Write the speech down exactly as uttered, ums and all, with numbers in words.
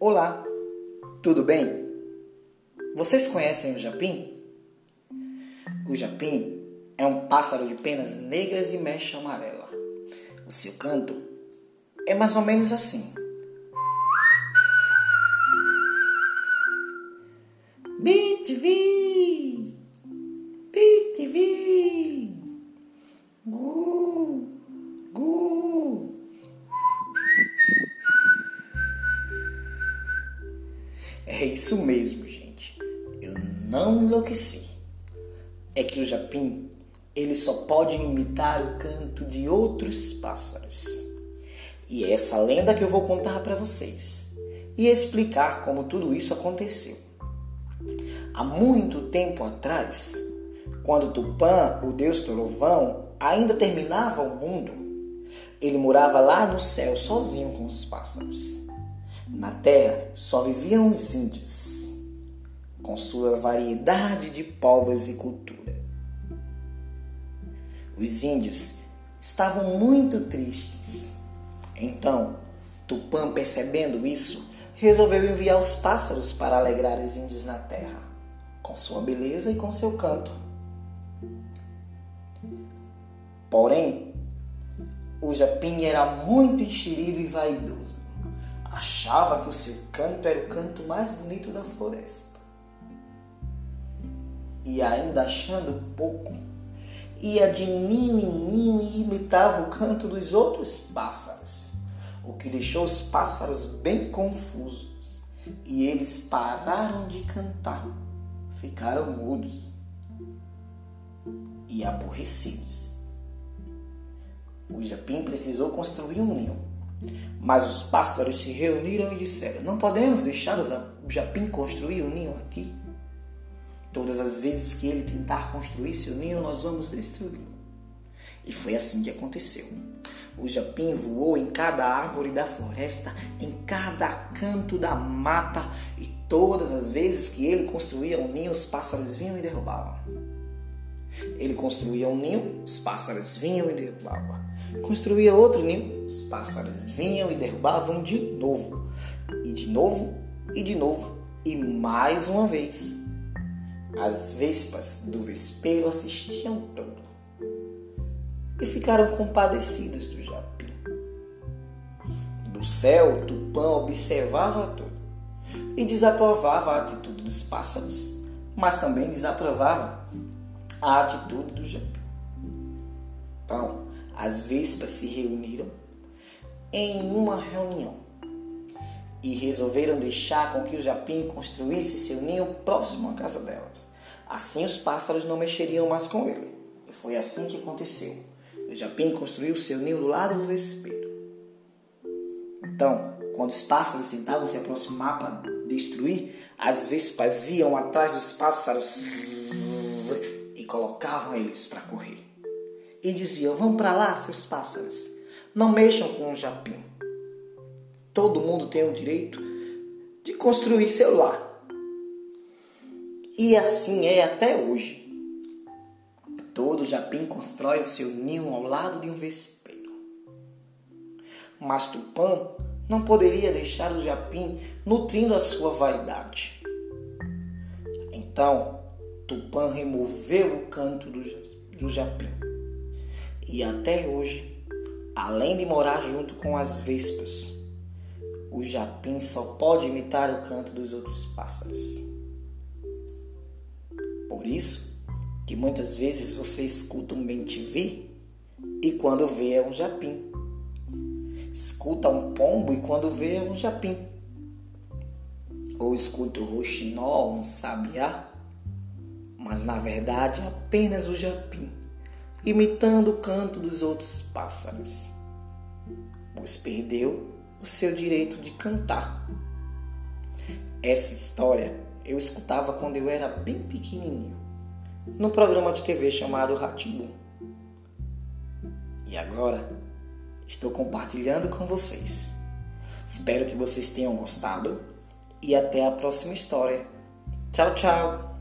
Olá, tudo bem? Vocês conhecem o japim? O japim é um pássaro de penas negras e mecha amarela. O seu canto é mais ou menos assim. B T V! B T V! Gu! Gu! É isso mesmo, gente. Eu não enlouqueci. É que o japim, ele só pode imitar o canto de outros pássaros. E é essa lenda que eu vou contar para vocês e explicar como tudo isso aconteceu. Há muito tempo atrás, quando Tupã, o deus trovão, ainda terminava o mundo, ele morava lá no céu sozinho com os pássaros. Na terra só viviam os índios, com sua variedade de povos e cultura. Os índios estavam muito tristes. Então, Tupã, percebendo isso, resolveu enviar os pássaros para alegrar os índios na terra, com sua beleza e com seu canto. Porém, o japim era muito enxerido e vaidoso. Achava que o seu canto era o canto mais bonito da floresta. E ainda achando pouco, ia de ninho em ninho e imitava o canto dos outros pássaros, o que deixou os pássaros bem confusos, e eles pararam de cantar, ficaram mudos e aborrecidos. O japim precisou construir um ninho, mas os pássaros se reuniram e disseram: não podemos deixar o japim construir um ninho aqui. Todas as vezes que ele tentar construir seu ninho, nós vamos destruí-lo. E foi assim que aconteceu. O japim voou em cada árvore da floresta, em cada canto da mata, e todas as vezes que ele construía um ninho, os pássaros vinham e derrubavam. Ele construía um ninho, os pássaros vinham e derrubavam. Construía outro ninho, os pássaros vinham e derrubavam de novo. E de novo, e de novo, e mais uma vez. As vespas do vespeiro assistiam tudo e ficaram compadecidas do japim. Do céu, Tupã observava tudo e desaprovava a atitude dos pássaros, mas também desaprovava a atitude do japim. Então, as vespas se reuniram em uma reunião e resolveram deixar com que o japim construísse seu ninho próximo à casa delas. Assim os pássaros não mexeriam mais com ele. E foi assim que aconteceu. O japim construiu seu ninho do lado do vespeiro. Então, quando os pássaros tentavam se aproximar para destruir, as vespas iam atrás dos pássaros e colocavam eles para correr. E diziam: vão para lá, seus pássaros. Não mexam com o japim. Todo mundo tem o direito de construir seu lar. E assim é até hoje. Todo japim constrói o seu ninho ao lado de um vespeiro. Mas Tupã não poderia deixar o japim nutrindo a sua vaidade. Então, Tupã removeu o canto do, do japim. E até hoje, além de morar junto com as vespas, o japim só pode imitar o canto dos outros pássaros. Por isso que muitas vezes você escuta um B T V e quando vê é um japim. Escuta um pombo e quando vê é um japim. Ou escuta o roxinol, um sabiá, mas na verdade é apenas o japim, imitando o canto dos outros pássaros, pois perdeu o seu direito de cantar. Essa história eu escutava quando eu era bem pequenininho, num programa de T V chamado Rá-Tim-Bum. E agora estou compartilhando com vocês. Espero que vocês tenham gostado e até a próxima história. Tchau, tchau!